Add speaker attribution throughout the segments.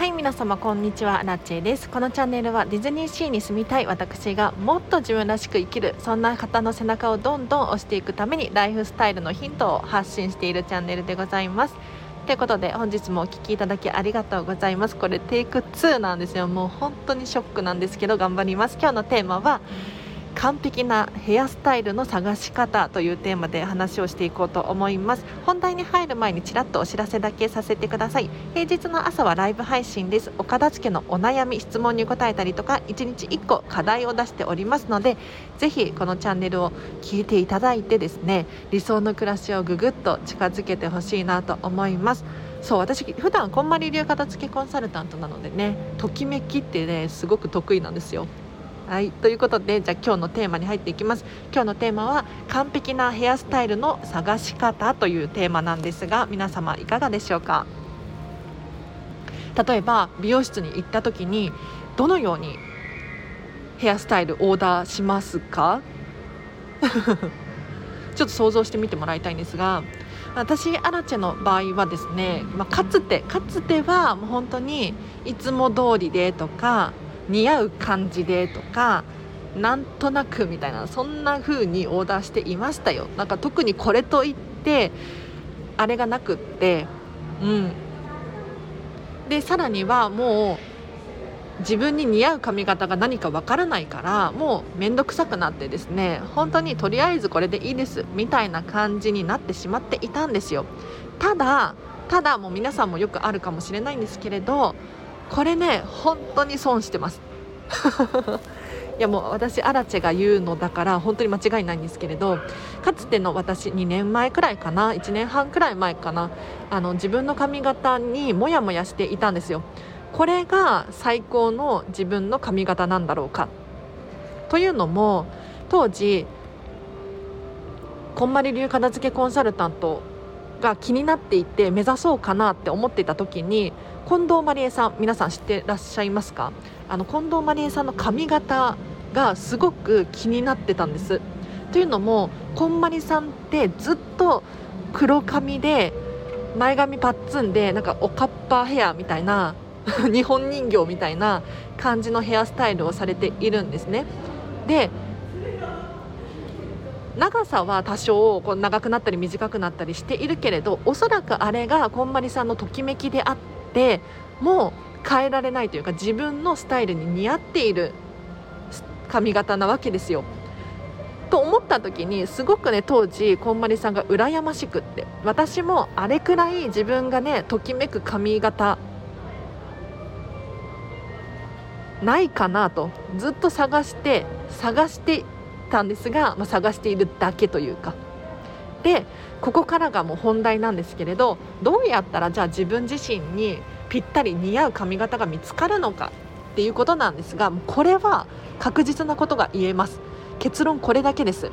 Speaker 1: はい、皆様こんにちは、ラッチェです。このチャンネルはディズニーシーに住みたい私がもっと自分らしく生きる、そんな方の背中をどんどん押していくためにライフスタイルのヒントを発信しているチャンネルでございます。ということで本日もお聞きいただきありがとうございます。これテイク2なんですよ。もう本当にショックなんですけど頑張ります。今日のテーマは完璧なヘアスタイルの探し方というテーマで話をしていこうと思います。本題に入る前にちらっとお知らせだけさせてください。平日の朝はライブ配信です。お片付けのお悩み質問に答えたりとか1日1個課題を出しておりますので、ぜひこのチャンネルを聞いていただいてですね、理想の暮らしをぐぐっと近づけてほしいなと思います。そう、私普段こんまり流片付けコンサルタントなのでね、ときめきってねすごく得意なんですよ。はい、ということでじゃあ今日のテーマに入っていきます。今日のテーマは完璧なヘアスタイルの探し方というテーマなんですが、皆様いかがでしょうか。例えば美容室に行った時にどのようにヘアスタイルオーダーしますかちょっと想像してみてもらいたいんですが、私アラチェの場合はですね、かつてはもう本当にいつも通りでとか似合う感じでとかなんとなくみたいな、そんな風にオーダーしていましたよ。なんか特にこれといってあれがなくって、でさらにはもう自分に似合う髪型が何かわからないからもうめんどくさくなってですね、本当にとりあえずこれでいいですみたいな感じになってしまっていたんですよ。ただもう皆さんもよくあるかもしれないんですけれど、これね本当に損してますいやもう私アラチェが言うのだから本当に間違いないんですけれど、かつての私2年前くらいかな、1年半くらい前かな、自分の髪型にモヤモヤしていたんですよ。これが最高の自分の髪型なんだろうかというのも、当時こんまり流片付けコンサルタントが気になっていて目指そうかなって思っていた時に、近藤麻理恵さん、皆さん知ってらっしゃいますか。近藤麻理恵さんの髪型がすごく気になってたんです。というのもこんまりさんってずっと黒髪で前髪パッツンでなんかおかっぱヘアみたいな日本人形みたいな感じのヘアスタイルをされているんですね。で長さは多少こう長くなったり短くなったりしているけれど、おそらくあれがこんまりさんのときめきであってもう変えられないというか、自分のスタイルに似合っている髪型なわけですよ。と思った時にすごくね、当時こんまりさんが羨ましくって、私もあれくらい自分がねときめく髪型ないかなとずっと探してたんですが、探しているだけというかで、ここからがもう本題なんですけれど、どうやったらじゃあ自分自身にぴったり似合う髪型が見つかるのかっていうことなんですが、これは確実なことが言えます。結論これだけです。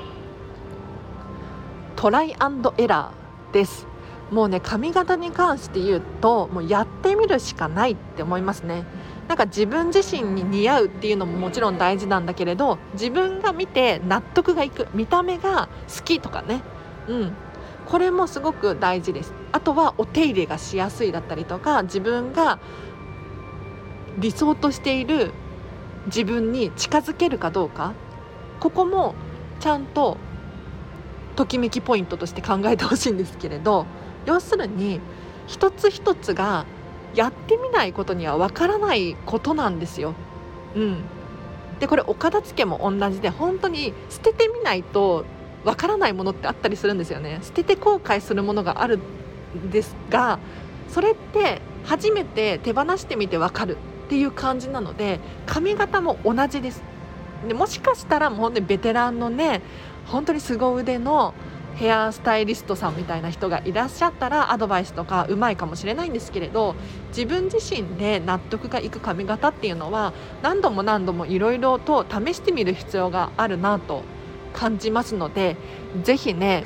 Speaker 1: トライアンドエラーです。もうね、髪型に関して言うともうやってみるしかないって思いますね。なんか自分自身に似合うっていうのももちろん大事なんだけれど、自分が見て納得がいく、見た目が好きとかね、これもすごく大事です。あとはお手入れがしやすいだったりとか、自分が理想としている自分に近づけるかどうか、ここもちゃんとときめきポイントとして考えてほしいんですけれど、要するに一つ一つがやってみないことにはわからないことなんですよ。でこれお片付けも同じで、本当に捨ててみないとわからないものってあったりするんですよね。捨てて後悔するものがあるんですが、それって初めて手放してみてわかるっていう感じなので、髪型も同じです。でもしかしたらもう本当にベテランのね、本当に凄腕のヘアスタイリストさんみたいな人がいらっしゃったらアドバイスとかうまいかもしれないんですけれど、自分自身で納得がいく髪型っていうのは何度もいろいろと試してみる必要があるなと感じますので、ぜひね、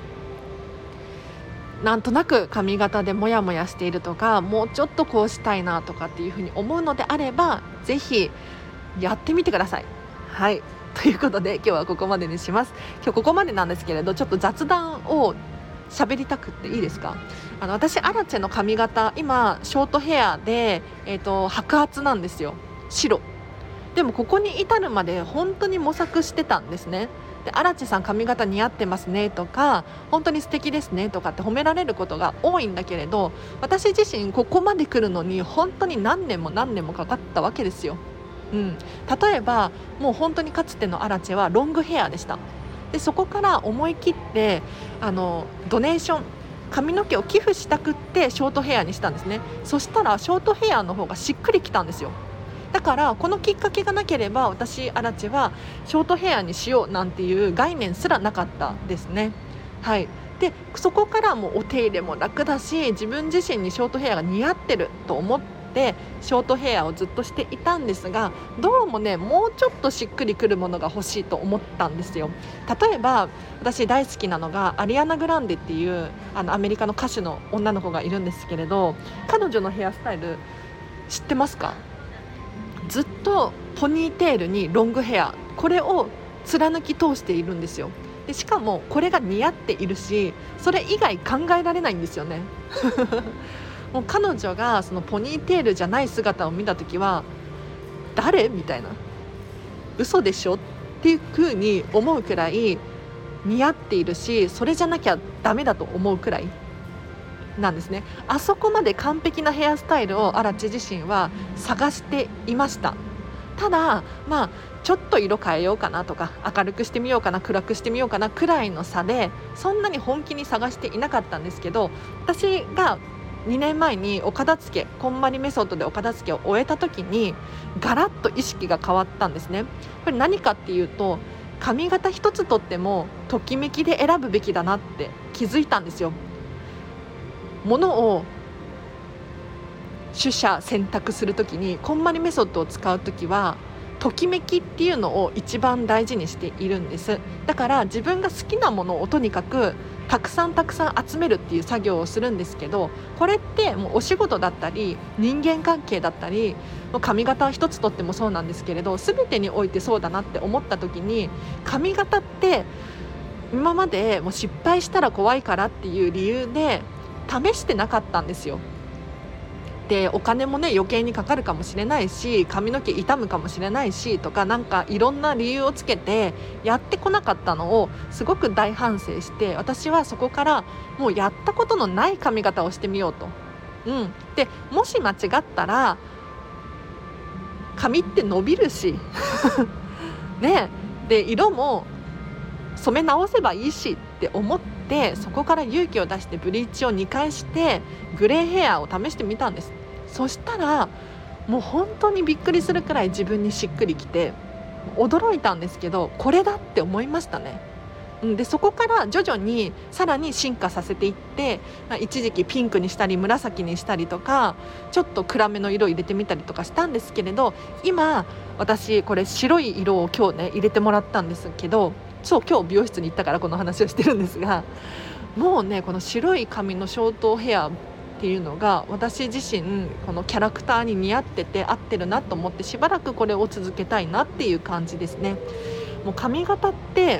Speaker 1: なんとなく髪型でモヤモヤしているとか、もうちょっとこうしたいなとかっていうふうに思うのであれば、ぜひやってみてください。はい、ということで今日はここまでにします。今日ここまでなんですけれど、ちょっと雑談を喋りたくっていいですか？私アラチェの髪型今ショートヘアで、白髪なんですよ、白でもここに至るまで本当に模索してたんですね。でアラチェさん髪型似合ってますねとか本当に素敵ですねとかって褒められることが多いんだけれど、私自身ここまで来るのに本当に何年も何年もかかったわけですよ。例えばもう本当にかつてのアラチェはロングヘアでした。でそこから思い切ってドネーション髪の毛を寄付したくってショートヘアにしたんですね。そしたらショートヘアの方がしっくりきたんですよ。だからこのきっかけがなければ私アラチェはショートヘアにしようなんていう概念すらなかったですね。はい。でそこからもうお手入れも楽だし自分自身にショートヘアが似合ってると思ってショートヘアをずっとしていたんですが、どうもねもうちょっとしっくりくるものが欲しいと思ったんですよ。例えば私大好きなのがアリアナ・グランデっていうアメリカの歌手の女の子がいるんですけれど、彼女のヘアスタイル知ってますか？ずっとポニーテールにロングヘア、これを貫き通しているんですよ。でしかもこれが似合っているしそれ以外考えられないんですよねもう彼女がそのポニーテールじゃない姿を見た時は誰みたいな、嘘でしょっていう風に思うくらい似合っているし、それじゃなきゃダメだと思うくらいなんですね。あそこまで完璧なヘアスタイルをアラチェ自身は探していました。ただちょっと色変えようかなとか明るくしてみようかな暗くしてみようかなくらいの差でそんなに本気に探していなかったんですけど、私が2年前にお片付けこんまりメソッドでお片付けを終えた時にガラッと意識が変わったんですね。これ何かっていうと髪型一つとってもときめきで選ぶべきだなって気づいたんですよ。ものを取捨選択するときにこんまりメソッドを使うときはときめきっていうのを一番大事にしているんです。だから自分が好きなものをとにかくたくさん集めるっていう作業をするんですけど、これってもうお仕事だったり人間関係だったり髪型一つとってもそうなんですけれど、全てにおいてそうだなって思った時に髪型って今までもう失敗したら怖いからっていう理由で試してなかったんですよ。でお金もね余計にかかるかもしれないし髪の毛傷むかもしれないしとかなんかいろんな理由をつけてやってこなかったのをすごく大反省して、私はそこからもうやったことのない髪型をしてみようと。でもし間違ったら髪って伸びるしね、で色も染め直せばいいしって思ってそこから勇気を出してブリーチを2回してグレーヘアを試してみたんです。そしたらもう本当にびっくりするくらい自分にしっくりきて驚いたんですけど、これだって思いましたね。でそこから徐々にさらに進化させていって、一時期ピンクにしたり紫にしたりとかちょっと暗めの色を入れてみたりとかしたんですけれど、今私これ白い色を今日ね入れてもらったんですけど、今日美容室に行ったからこの話をしてるんですが、もうねこの白い髪のショートヘアっていうのが私自身このキャラクターに似合ってて合ってるなと思ってしばらくこれを続けたいなっていう感じですね。もう髪型って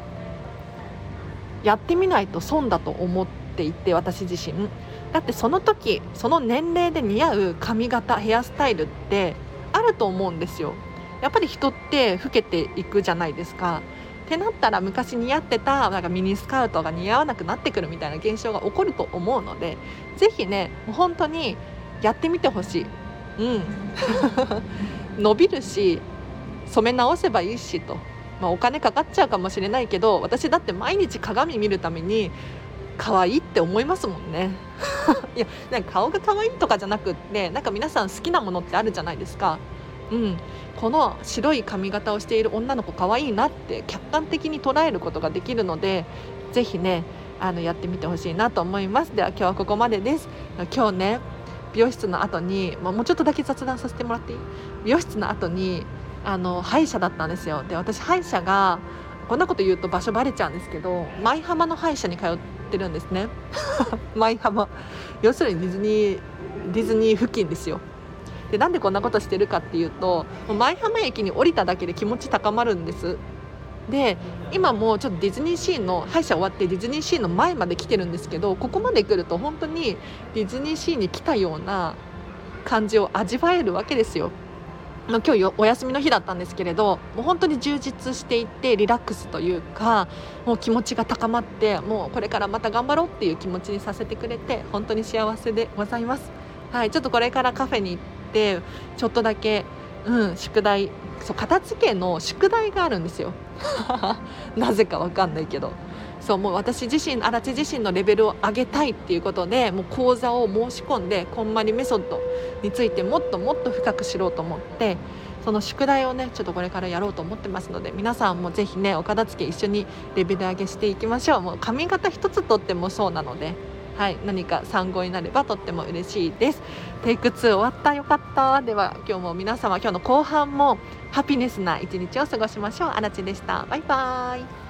Speaker 1: やってみないと損だと思っていて、私自身だってその時その年齢で似合う髪型ヘアスタイルってあると思うんですよ。やっぱり人って老けていくじゃないですか。ってなったら昔似合ってたなんかミニスカートが似合わなくなってくるみたいな現象が起こると思うので、ぜひねもう本当にやってみてほしい。伸びるし染め直せばいいしと、お金かかっちゃうかもしれないけど私だって毎日鏡見るために可愛いって思いますもんねいやなんか顔が可愛いとかじゃなくって、なんか皆さん好きなものってあるじゃないですか。この白い髪型をしている女の子可愛いなって客観的に捉えることができるので、ぜひねやってみてほしいなと思います。では今日はここまでです。今日ね美容室の後に、もうちょっとだけ雑談させてもらっていい？美容室の後に歯医者だったんですよ。で私歯医者がこんなこと言うと場所バレちゃうんですけど舞浜の歯医者に通ってるんですね舞浜、要するにディズニー付近ですよ。でなんでこんなことしてるかっていうと舞浜駅に降りただけで気持ち高まるんです。 で今もうちょっとディズニーシーの歯医者終わってディズニーシーの前まで来てるんですけど、ここまで来ると本当にディズニーシーに来たような感じを味わえるわけですよ。今日お休みの日だったんですけれど、もう本当に充実していてリラックスというか、もう気持ちが高まって、もうこれからまた頑張ろうっていう気持ちにさせてくれて本当に幸せでございます。はい、ちょっとこれからカフェに行ってちょっとだけ、宿題、そう片付けの宿題があるんですよなぜかわかんないけど、そうもう私自身、足立自身のレベルを上げたいっていうことで、もう講座を申し込んで、こんまりメソッドについてもっともっと深く知ろうと思って、その宿題をねちょっとこれからやろうと思ってますので、皆さんもぜひねお片付け一緒にレベル上げしていきましょう。もう髪型一つとってもそうなので、はい、何か参考になればとっても嬉しいです。テイク2終わった、よかった。では今日も皆様、今日の後半もハピネスな一日を過ごしましょう。あらちでした。バイバイ。